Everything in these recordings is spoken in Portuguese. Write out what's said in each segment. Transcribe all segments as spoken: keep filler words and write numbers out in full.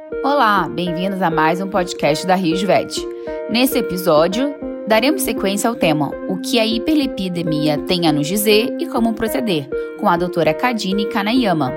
Olá, bem-vindos a mais um podcast da Rios Vet. Nesse episódio, daremos sequência ao tema O que a hiperlipidemia tem a nos dizer e como proceder, com a doutora Kadine Kanayama.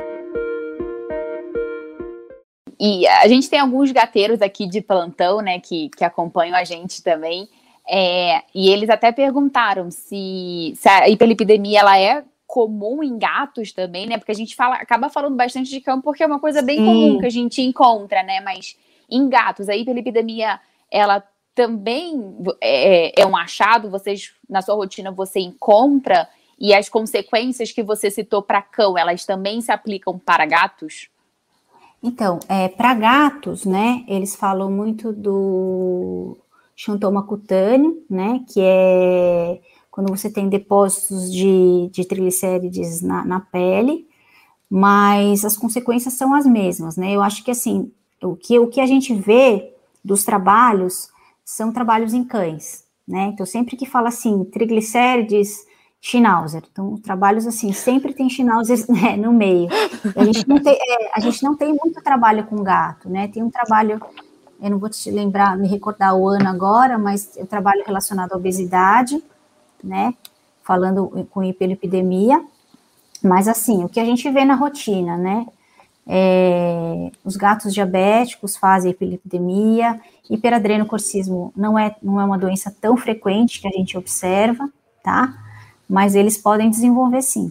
E a gente tem alguns gateiros aqui de plantão, né, que, que acompanham a gente também, é, e eles até perguntaram se, se a hiperlipidemia ela é comum em gatos também, né? Porque a gente fala, acaba falando bastante de cão porque é uma coisa bem Sim. comum que a gente encontra, né? Mas em gatos, a hiperlipidemia, ela também é, é um achado, vocês, na sua rotina, você encontra, e as consequências que você citou para cão, elas também se aplicam para gatos? Então, é, para gatos, né, eles falam muito do xantoma cutâneo, né, que é quando você tem depósitos de, de triglicérides na, na pele, mas as consequências são as mesmas, né? Eu acho que, assim, o que, o que a gente vê dos trabalhos são trabalhos em cães, né? Então, sempre que fala, assim, triglicérides, Schnauzer. Então, trabalhos, assim, sempre tem Schnauzer, né, no meio. A gente, não tem, é, a gente não tem muito trabalho com gato, né? Tem um trabalho, eu não vou te lembrar, me recordar o ano agora, mas é um trabalho relacionado à obesidade, né, falando com hiperlipidemia, mas assim, o que a gente vê na rotina, né, é, os gatos diabéticos fazem hiperlipidemia, hiperadrenocorticismo não é, não é uma doença tão frequente que a gente observa, tá, mas eles podem desenvolver sim.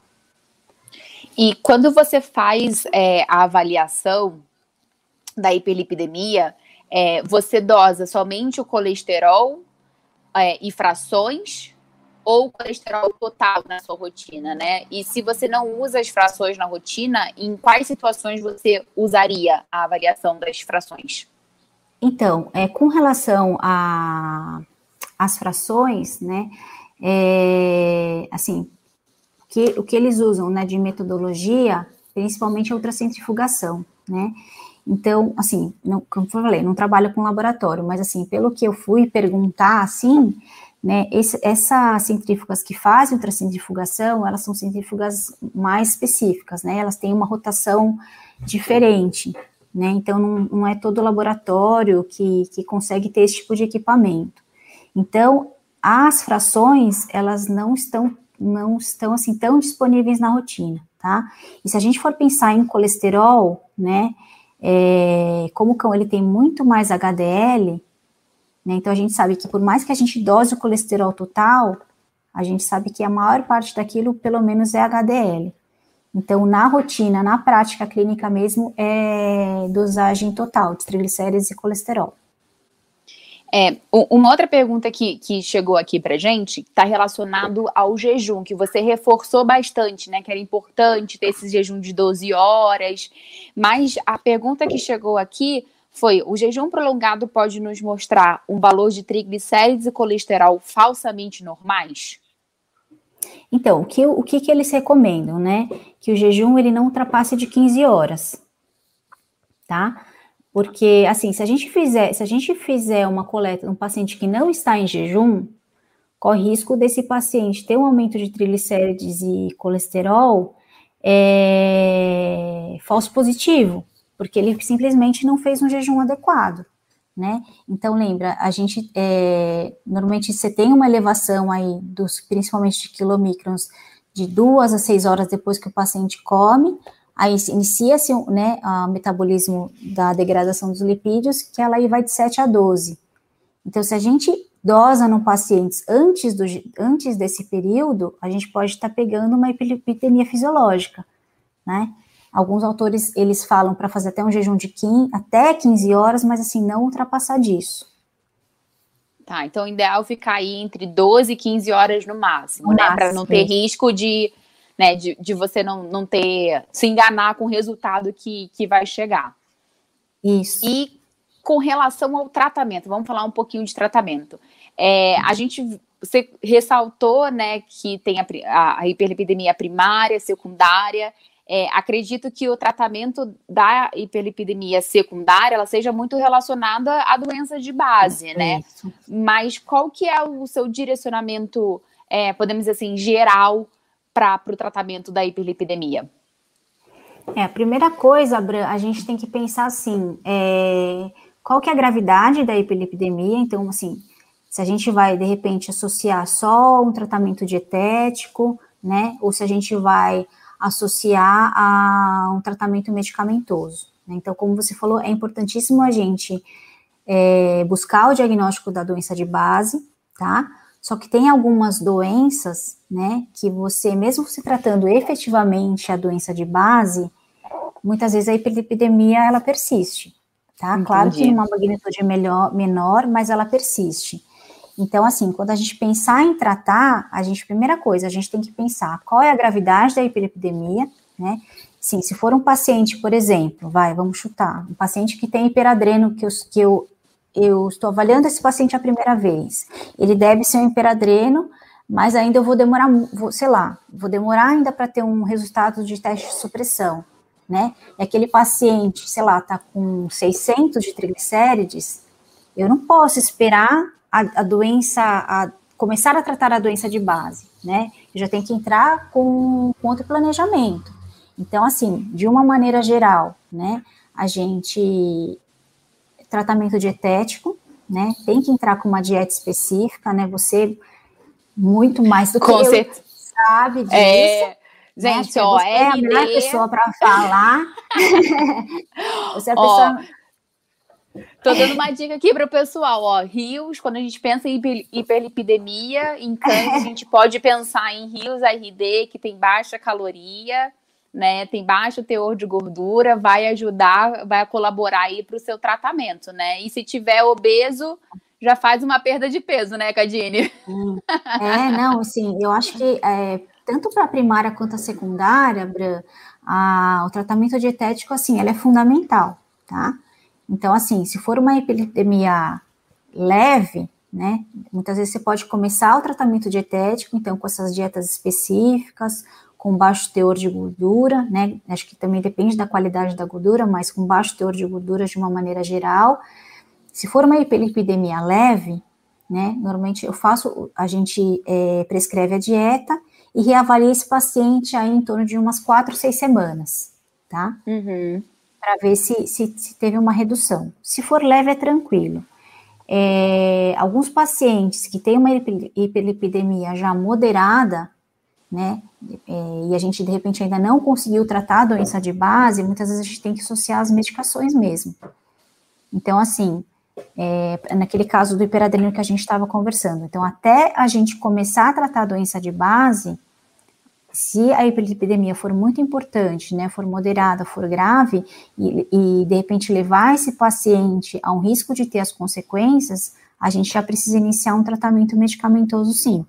E quando você faz é, a avaliação da hiperlipidemia, é, você dosa somente o colesterol é, e frações, ou o colesterol total na sua rotina, né? E se você não usa as frações na rotina, em quais situações você usaria a avaliação das frações? Então, é, com relação às frações, né, é, assim, que, o que eles usam, né, de metodologia, principalmente a ultracentrifugação, né? Então, assim, não, como eu falei, não trabalho com laboratório, mas assim, pelo que eu fui perguntar, assim, né, esse, essas centrífugas que fazem ultracentrifugação, elas são centrífugas mais específicas, né, elas têm uma rotação diferente, né, então não, não é todo laboratório que, que consegue ter esse tipo de equipamento. Então, as frações, elas não estão, não estão, assim, tão disponíveis na rotina, tá? E se a gente for pensar em colesterol, né, é, como o cão ele tem muito mais H D L, né, então a gente sabe que por mais que a gente dose o colesterol total, a gente sabe que a maior parte daquilo pelo menos é H D L. Então na rotina, na prática clínica mesmo, é dosagem total de triglicérides e colesterol. É, uma outra pergunta que, que chegou aqui pra gente está relacionado ao jejum, que você reforçou bastante, né, que era importante ter esse jejum de doze horas, mas a pergunta que chegou aqui foi, o jejum prolongado pode nos mostrar um valor de triglicérides e colesterol falsamente normais? Então, o que, o que, que eles recomendam, né, que o jejum ele não ultrapasse de quinze horas, tá? Porque, assim, se a gente fizer, se a gente fizer uma coleta de um paciente que não está em jejum, corre risco desse paciente ter um aumento de triglicérides e colesterol é, falso positivo, porque ele simplesmente não fez um jejum adequado, né? Então, lembra, a gente, é, normalmente você tem uma elevação aí, dos, principalmente de quilomicrons, de duas a seis horas depois que o paciente come. Aí inicia-se, né, o metabolismo da degradação dos lipídios, que ela aí vai de sete a doze. Então, se a gente dosa no paciente antes, do, antes desse período, a gente pode estar pegando uma hiperlipidemia fisiológica, né? Alguns autores, eles falam para fazer até um jejum de quinze, até quinze horas, mas assim, não ultrapassar disso. Tá, então o ideal é ficar aí entre doze e quinze horas no máximo, no né? Para não ter risco de... Né, de, de você não, não ter, se enganar com o resultado que, que vai chegar. Isso. E com relação ao tratamento, vamos falar um pouquinho de tratamento. É, a gente, você ressaltou, né, que tem a, a, a hiperlipidemia primária, secundária. É, acredito que o tratamento da hiperlipidemia secundária, ela seja muito relacionada à doença de base, né? Isso. Mas qual que é o seu direcionamento, é, podemos dizer assim, geral, para o tratamento da hiperlipidemia? É, a primeira coisa, Bran, a gente tem que pensar assim, é, qual que é a gravidade da hiperlipidemia? Então, assim, se a gente vai, de repente, associar só um tratamento dietético, né, ou se a gente vai associar a um tratamento medicamentoso, né? Então, como você falou, é importantíssimo a gente é, buscar o diagnóstico da doença de base, tá? Só que tem algumas doenças, né, que você, mesmo se tratando efetivamente a doença de base, muitas vezes a hiperlipidemia, ela persiste, tá? Entendi. Claro que numa magnitude melhor, menor, mas ela persiste. Então, assim, quando a gente pensar em tratar, a gente, primeira coisa, a gente tem que pensar qual é a gravidade da hiperlipidemia, né? Sim, se for um paciente, por exemplo, vai, vamos chutar, um paciente que tem hiperadreno, que eu, que eu, eu estou avaliando esse paciente a primeira vez, ele deve ser um hiperadreno, mas ainda eu vou demorar, vou, sei lá, vou demorar ainda para ter um resultado de teste de supressão, né? E aquele paciente, sei lá, tá com seiscentos de triglicérides, eu não posso esperar a, a doença, a, começar a tratar a doença de base, né? Eu já tenho que entrar com, com outro planejamento. Então, assim, de uma maneira geral, né, a gente, tratamento dietético, né, tem que entrar com uma dieta específica, né, você, muito mais do que com eu, certeza. sabe disso. É, né? gente, ó, você R D... é a melhor pessoa para falar. Você é a ó, pessoa... Tô dando uma dica aqui para o pessoal, ó, rios, quando a gente pensa em hiper, hiperlipidemia, em cães, a gente pode pensar em rios R D, que tem baixa caloria, né, tem baixo teor de gordura, vai ajudar, vai colaborar aí para o seu tratamento, né, e se tiver obeso, já faz uma perda de peso, né, Cadine? É, não, assim, eu acho que é, tanto para a primária quanto a secundária, Bran, a, o tratamento dietético, assim, ele é fundamental, tá? Então, assim, se for uma hiperlipidemia leve, né, muitas vezes você pode começar o tratamento dietético, então, com essas dietas específicas, com baixo teor de gordura, né, acho que também depende da qualidade da gordura, mas com baixo teor de gordura de uma maneira geral. Se for uma hiperlipidemia leve, né, normalmente eu faço, a gente é, prescreve a dieta e reavalia esse paciente aí em torno de umas quatro, seis semanas, tá? Uhum. Para ver se, se, se teve uma redução. Se for leve, é tranquilo. É, alguns pacientes que têm uma hiperlipidemia já moderada, né, é, e a gente, de repente, ainda não conseguiu tratar a doença de base, muitas vezes a gente tem que associar as medicações mesmo. Então, assim, é, naquele caso do hiperadrenal que a gente estava conversando, então, até a gente começar a tratar a doença de base, se a hiperlipidemia for muito importante, né, for moderada, for grave, e, e de repente levar esse paciente a um risco de ter as consequências, a gente já precisa iniciar um tratamento medicamentoso, sim.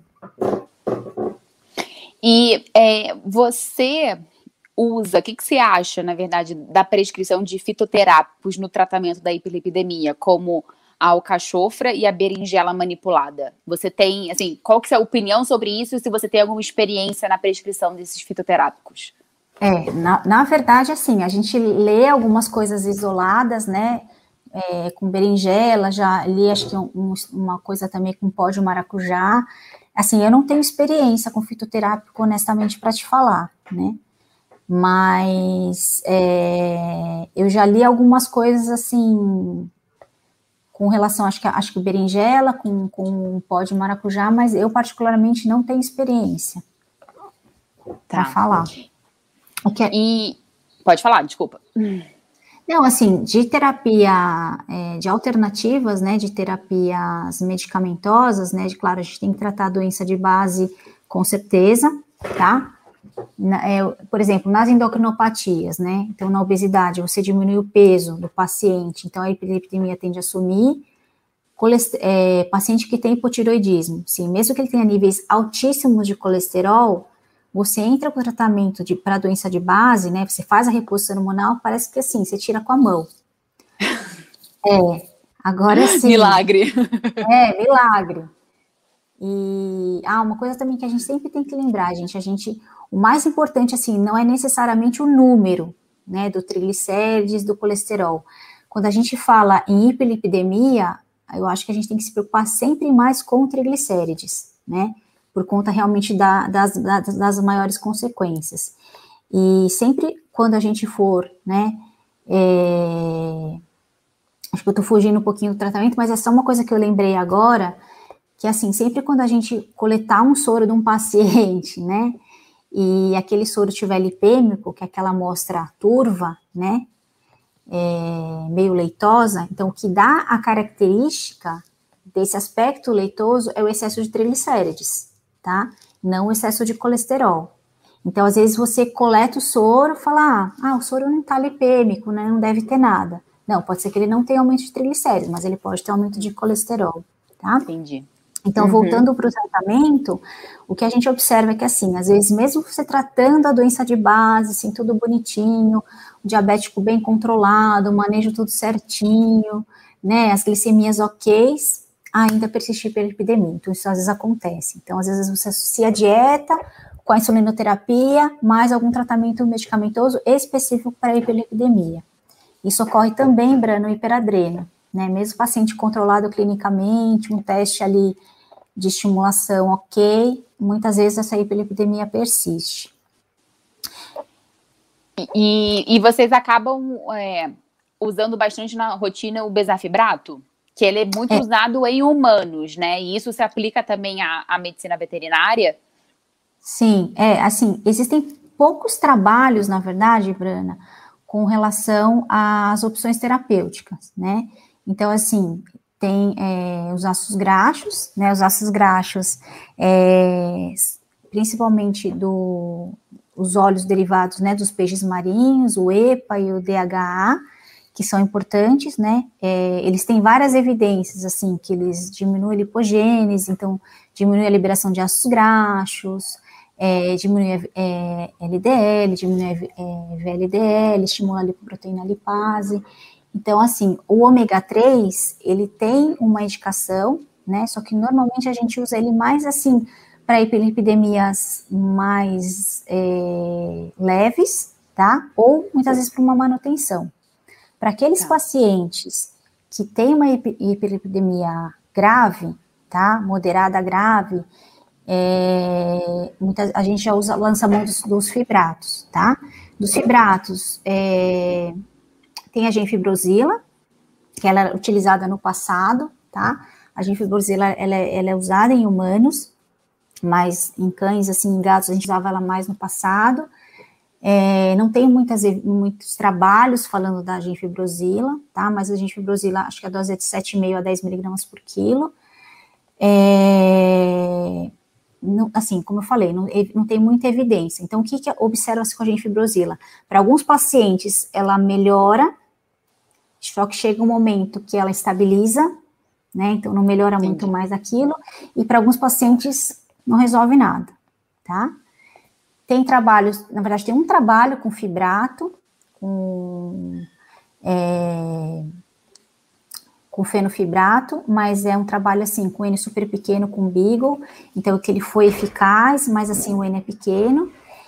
E é, você usa, o que, que você acha, na verdade, da prescrição de fitoterápicos no tratamento da hiperlipidemia, como a alcachofra e a berinjela manipulada? Você tem, assim, qual que é a sua opinião sobre isso e se você tem alguma experiência na prescrição desses fitoterápicos? É, na, na verdade, assim, a gente lê algumas coisas isoladas, né, é, com berinjela, já li, acho que um, uma coisa também com pó de maracujá. Assim, eu não tenho experiência com fitoterápico, honestamente, para te falar, né, mas é, eu já li algumas coisas, assim, com relação, acho que, acho que berinjela, com, com pó de maracujá, mas eu particularmente não tenho experiência para Tá. falar. Okay. E pode falar, desculpa. Não, assim, de terapia, é, de alternativas, né, de terapias medicamentosas, né, de, claro, a gente tem que tratar a doença de base com certeza, tá? Na, é, por exemplo, nas endocrinopatias, né, então na obesidade, você diminui o peso do paciente, então a hiperlipidemia tende a sumir. É, paciente que tem hipotiroidismo, sim, mesmo que ele tenha níveis altíssimos de colesterol, você entra com o tratamento para doença de base, né, você faz a reposição hormonal, parece que assim, você tira com a mão. É, agora sim. Milagre. É, milagre. E, ah, uma coisa também que a gente sempre tem que lembrar, gente, a gente, o mais importante, assim, não é necessariamente o número, né, do triglicérides, do colesterol. Quando a gente fala em hiperlipidemia, eu acho que a gente tem que se preocupar sempre mais com triglicérides, né, por conta realmente da, das, das, das maiores consequências. E sempre quando a gente for, né, é, acho que eu tô fugindo um pouquinho do tratamento, mas é só uma coisa que eu lembrei agora, que assim, sempre quando a gente coletar um soro de um paciente, né, e aquele soro tiver lipêmico, que é aquela amostra turva, né, é, meio leitosa, então o que dá a característica desse aspecto leitoso é o excesso de triglicérides, tá? Não o excesso de colesterol. Então, às vezes você coleta o soro e fala, ah, ah, o soro não tá lipêmico, né, não deve ter nada. Não, pode ser que ele não tenha aumento de triglicéridos, mas ele pode ter aumento de colesterol, tá? Entendi. Então, Uhum. voltando para o tratamento, o que a gente observa é que, assim, às vezes, mesmo você tratando a doença de base, assim, tudo bonitinho, o diabético bem controlado, o manejo tudo certinho, né, as glicemias ok, ainda persiste hiperlipidemia. Então, isso às vezes acontece. Então, às vezes, você associa a dieta com a insulinoterapia, mais algum tratamento medicamentoso específico para a hiperlipidemia. Isso ocorre também, Bran, no hiperadreno, né, mesmo paciente controlado clinicamente, um teste ali de estimulação ok, muitas vezes essa hiperlipidemia persiste. E, e vocês acabam é, usando bastante na rotina o bezafibrato? Que ele é muito é. usado em humanos, né? E isso se aplica também à, à medicina veterinária? Sim, é, assim, existem poucos trabalhos, na verdade, Brana, com relação às opções terapêuticas, né? Então, assim, tem é, os ácidos graxos, né? Os ácidos graxos, é, principalmente do, os óleos derivados, né, dos peixes marinhos, o EPA e o D H A, que são importantes, né? É, eles têm várias evidências, assim, que eles diminuem a lipogênese, então diminui a liberação de ácidos graxos, é, diminui é, L D L, diminui é, V L D L, estimula a lipoproteína lipase. Então, assim, o ômega três, ele tem uma indicação, né? Só que normalmente a gente usa ele mais, assim, para hiperlipidemias mais é, leves, tá? Ou muitas vezes para uma manutenção. Para aqueles tá. pacientes que têm uma hiperlipidemia grave, tá? Moderada grave, é, muitas, a gente já usa, lança mão dos, dos fibratos, tá? Dos fibratos, é, tem a genfibrosila, que ela é utilizada no passado, tá? A genfibrosila, ela, ela é usada em humanos, mas em cães, assim, em gatos, a gente usava ela mais no passado. É, não tem muitas, muitos trabalhos falando da genfibrosila, tá? Mas a genfibrosila, acho que a dose é de sete vírgula cinco a dez miligramas por quilo. É, não, assim, como eu falei, não, não tem muita evidência. Então, o que, que observa-se com a genfibrosila? Para alguns pacientes, ela melhora, só que chega um momento que ela estabiliza, né? Então, não melhora Entendi. muito mais aquilo. E para alguns pacientes, não resolve nada, tá? Tem trabalhos, na verdade, tem um trabalho com fibrato, com, é, com fenofibrato, mas é um trabalho, assim, com N super pequeno, com Beagle, então, que ele foi eficaz, mas, assim, o N é pequeno,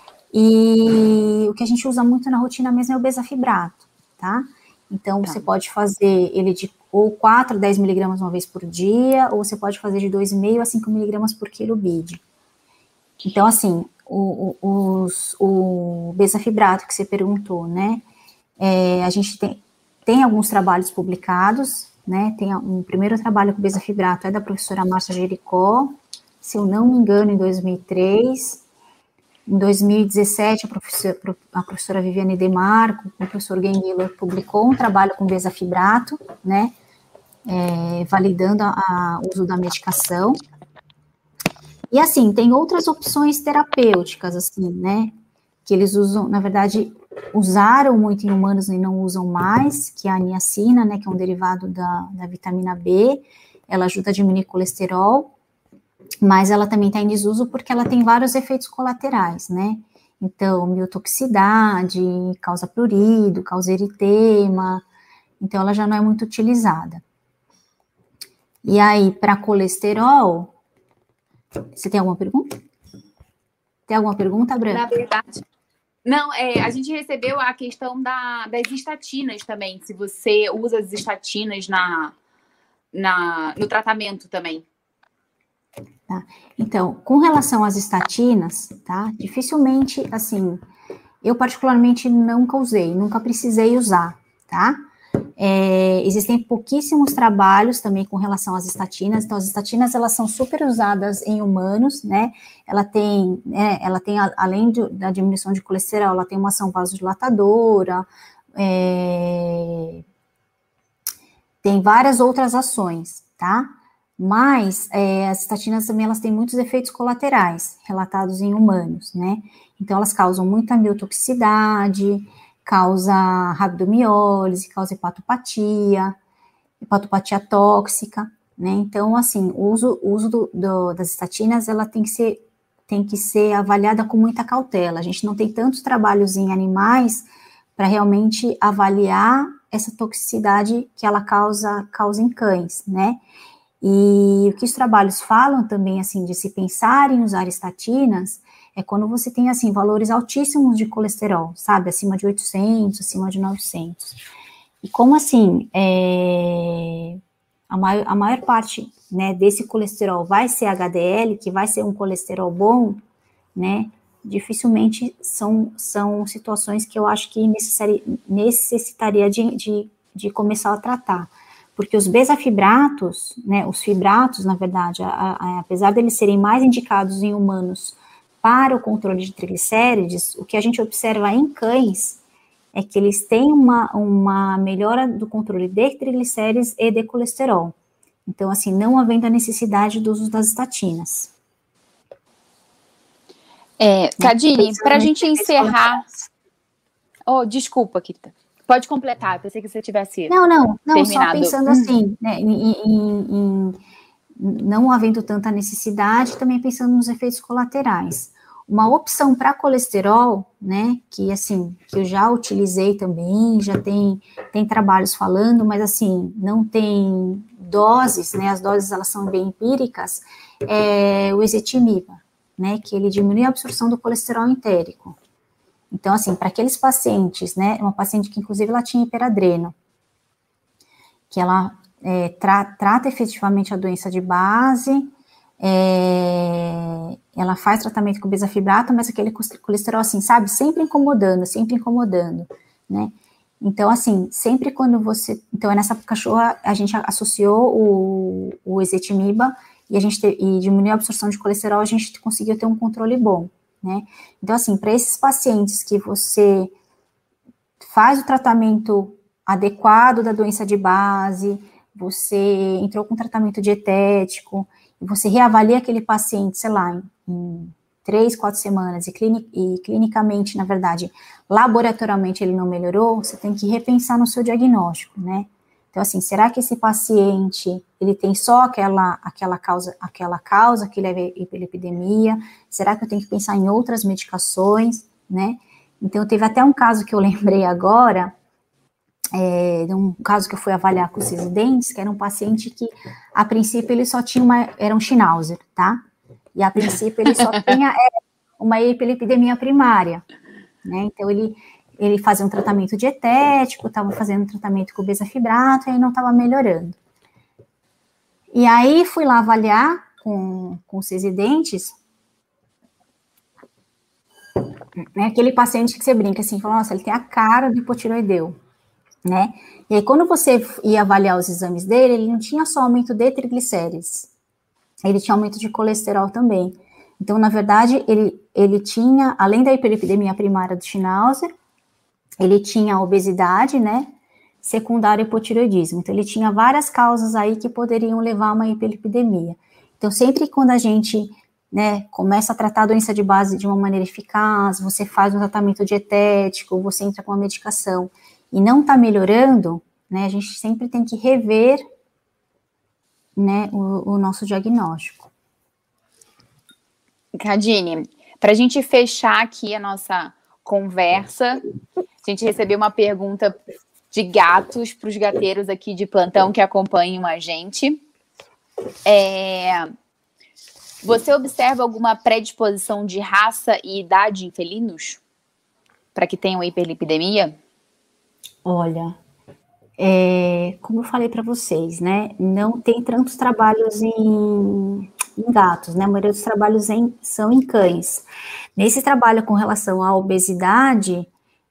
e o que a gente usa muito na rotina mesmo é o bezafibrato, tá? Então, tá. você pode fazer ele de ou quatro a dez miligramas uma vez por dia, ou você pode fazer de dois vírgula cinco a cinco miligramas por quilo B I D. Então, assim, o, o, os, o bezafibrato que você perguntou, né, é, a gente tem, tem alguns trabalhos publicados, né, tem um primeiro trabalho com bezafibrato, é da professora Márcia Jericó, se eu não me engano, em dois mil e três, em dois mil e dezessete, a professora, a professora Viviane Demarco, o professor Genguilo publicou um trabalho com bezafibrato, né, é, validando o uso da medicação. E assim, tem outras opções terapêuticas, assim, né, que eles usam, na verdade, usaram muito em humanos e não usam mais, que é a niacina, né, que é um derivado da, da vitamina B, ela ajuda a diminuir colesterol, mas ela também está em desuso porque ela tem vários efeitos colaterais, né, então, miotoxicidade, causa prurido, causa eritema, então ela já não é muito utilizada. E aí, para colesterol, você tem alguma pergunta? Tem alguma pergunta, Branca? Na verdade, não, é, a gente recebeu a questão da, das estatinas também, se você usa as estatinas na, na, no tratamento também. Tá. Então, com relação às estatinas, tá, dificilmente, assim, eu particularmente nunca usei, nunca precisei usar, tá? É, existem pouquíssimos trabalhos também com relação às estatinas. Então, as estatinas, elas são super usadas em humanos, né? Ela tem, né, ela tem além de, da diminuição de colesterol, ela tem uma ação vasodilatadora, é, tem várias outras ações, tá? Mas é, as estatinas também, elas têm muitos efeitos colaterais relatados em humanos, né? Então, elas causam muita miotoxicidade, causa rabdomiólise, causa hepatopatia, hepatopatia tóxica, né? Então, assim, o uso, o uso do, do, das estatinas, ela tem que ser, tem que ser avaliada com muita cautela. A gente não tem tantos trabalhos em animais para realmente avaliar essa toxicidade que ela causa, causa em cães, né? E o que os trabalhos falam também, assim, de se pensar em usar estatinas, é quando você tem, assim, valores altíssimos de colesterol, sabe? Acima de oitocentos, acima de novecentos. E como, assim, é, a, maior, a maior parte, né, desse colesterol vai ser H D L, que vai ser um colesterol bom, né? Dificilmente são, são situações que eu acho que necessitaria de, de, de começar a tratar. Porque os bezafibratos, né, os fibratos, na verdade, a, a, apesar de eles serem mais indicados em humanos para o controle de triglicérides, o que a gente observa em cães é que eles têm uma, uma melhora do controle de triglicérides e de colesterol. Então, assim, não havendo a necessidade do uso das estatinas. É, Cadine, para a gente encerrar... Oh, desculpa, Kita. Pode completar, pensei que você tivesse Não, não, não, terminado. Só pensando assim, né, em, em, em não havendo tanta necessidade, também pensando nos efeitos colaterais. Uma opção para colesterol, né, que assim, que eu já utilizei também, já tem, tem trabalhos falando, mas assim, não tem doses, né, as doses elas são bem empíricas, é o ezetimiba, né, que ele diminui a absorção do colesterol entérico. Então, assim, para aqueles pacientes, né, uma paciente que inclusive ela tinha hiperadreno, que ela é, tra trata efetivamente a doença de base, é, ela faz tratamento com bezafibrato, mas aquele colesterol, assim, sabe, sempre incomodando, sempre incomodando, né? Então, assim, sempre quando você... Então, nessa cachorra, a gente associou o, o ezetimiba e a gente te, e diminuiu a absorção de colesterol, a gente conseguiu ter um controle bom, né? Então, assim, para esses pacientes que você faz o tratamento adequado da doença de base, você entrou com tratamento dietético, e você reavalia aquele paciente, sei lá, em, em três, quatro semanas, e, clini e clinicamente, na verdade, laboratorialmente ele não melhorou, você tem que repensar no seu diagnóstico, né? Então, assim, será que esse paciente, ele tem só aquela, aquela causa, aquela causa que leva a hiperlipidemia? Será que eu tenho que pensar em outras medicações, né? Então, teve até um caso que eu lembrei agora, é, um caso que eu fui avaliar com os residentes, que era um paciente que, a princípio, ele só tinha uma, era um Schnauzer, tá? E, a princípio, ele só tinha é, uma hiperlipidemia primária, né? Então, ele, ele fazia um tratamento dietético, estava fazendo um tratamento com bezafibrato, e aí não estava melhorando. E aí, fui lá avaliar com, com os residentes, né, aquele paciente que você brinca assim, fala, nossa, ele tem a cara do hipotiroideu, né? E aí, quando você ia avaliar os exames dele, ele não tinha só aumento de triglicérides, ele tinha aumento de colesterol também. Então, na verdade, ele, ele tinha, além da hiperlipidemia primária do Schnauzer, ele tinha obesidade, né, secundário ao hipotiroidismo. Então, ele tinha várias causas aí que poderiam levar a uma hiperlipidemia. Então, sempre quando a gente, né, começa a tratar a doença de base de uma maneira eficaz, você faz um tratamento dietético, você entra com uma medicação e não está melhorando, né, a gente sempre tem que rever, né, o, o nosso diagnóstico. Cadine, para a gente fechar aqui a nossa conversa, a gente recebeu uma pergunta de gatos para os gateiros aqui de plantão que acompanham a gente. É... Você observa alguma predisposição de raça e idade em felinos para que tenham hiperlipidemia? Olha, é... é, como eu falei para vocês, né, não tem tantos trabalhos em, em gatos, né, a maioria dos trabalhos em, são em cães. Nesse trabalho com relação à obesidade,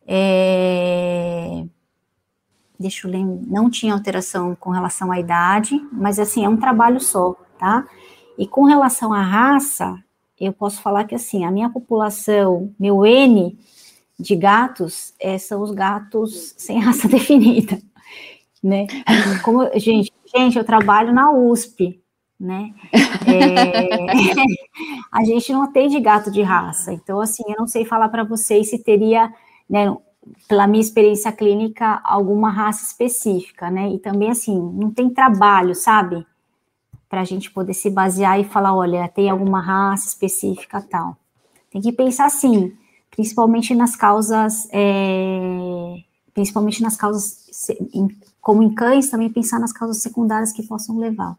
é, deixa eu lembrar, não tinha alteração com relação à idade, mas assim, é um trabalho só, tá? E com relação à raça, eu posso falar que assim, a minha população, meu N de gatos, é, são os gatos sem raça definida, né? Como, gente, gente, eu trabalho na U S P, né? É, a gente não atende gato de raça, então assim, eu não sei falar para vocês se teria, né, pela minha experiência clínica, alguma raça específica, né? E também assim, não tem trabalho, sabe? Para a gente poder se basear e falar, olha, tem alguma raça específica tal. Tem que pensar assim, principalmente nas causas, é, principalmente nas causas, como em cães, também pensar nas causas secundárias que possam levar.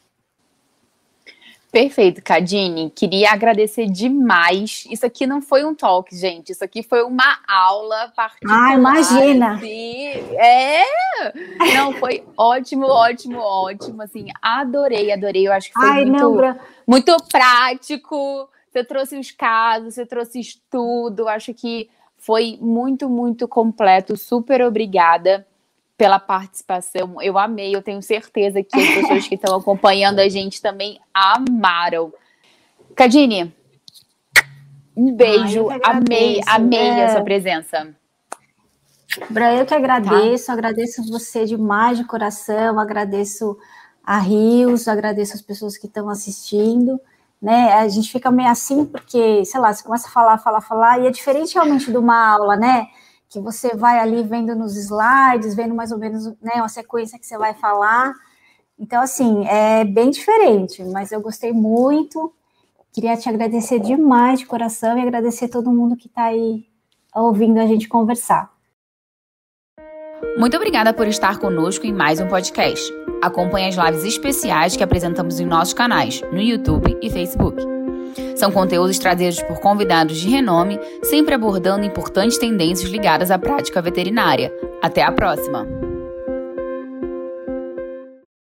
Perfeito, Cadine. Queria agradecer demais. Isso aqui não foi um talk, gente. Isso aqui foi uma aula particular. Ah, imagina! Assim. É! Não, foi ótimo, ótimo, ótimo. Assim, adorei, adorei. Eu acho que foi Ai, muito, não, Bra... muito prático. Você trouxe os casos, você trouxe estudo. Eu acho que foi muito, muito completo. Super obrigada pela participação, eu amei, eu tenho certeza que as pessoas que estão acompanhando a gente também amaram. Cadine, um beijo, ah, amei, amei é... a sua presença. Bra, eu que agradeço, tá? Agradeço você demais de coração, agradeço a Rios, agradeço as pessoas que estão assistindo, né, a gente fica meio assim porque, sei lá, você começa a falar, falar, falar, e é diferente realmente de uma aula, né, que você vai ali vendo nos slides, vendo mais ou menos, né, uma sequência que você vai falar. Então, assim, é bem diferente, mas eu gostei muito. Queria te agradecer demais de coração e agradecer todo mundo que está aí ouvindo a gente conversar. Muito obrigada por estar conosco em mais um podcast. Acompanhe as lives especiais que apresentamos em nossos canais, no YouTube e Facebook. São conteúdos trazidos por convidados de renome, sempre abordando importantes tendências ligadas à prática veterinária. Até a próxima!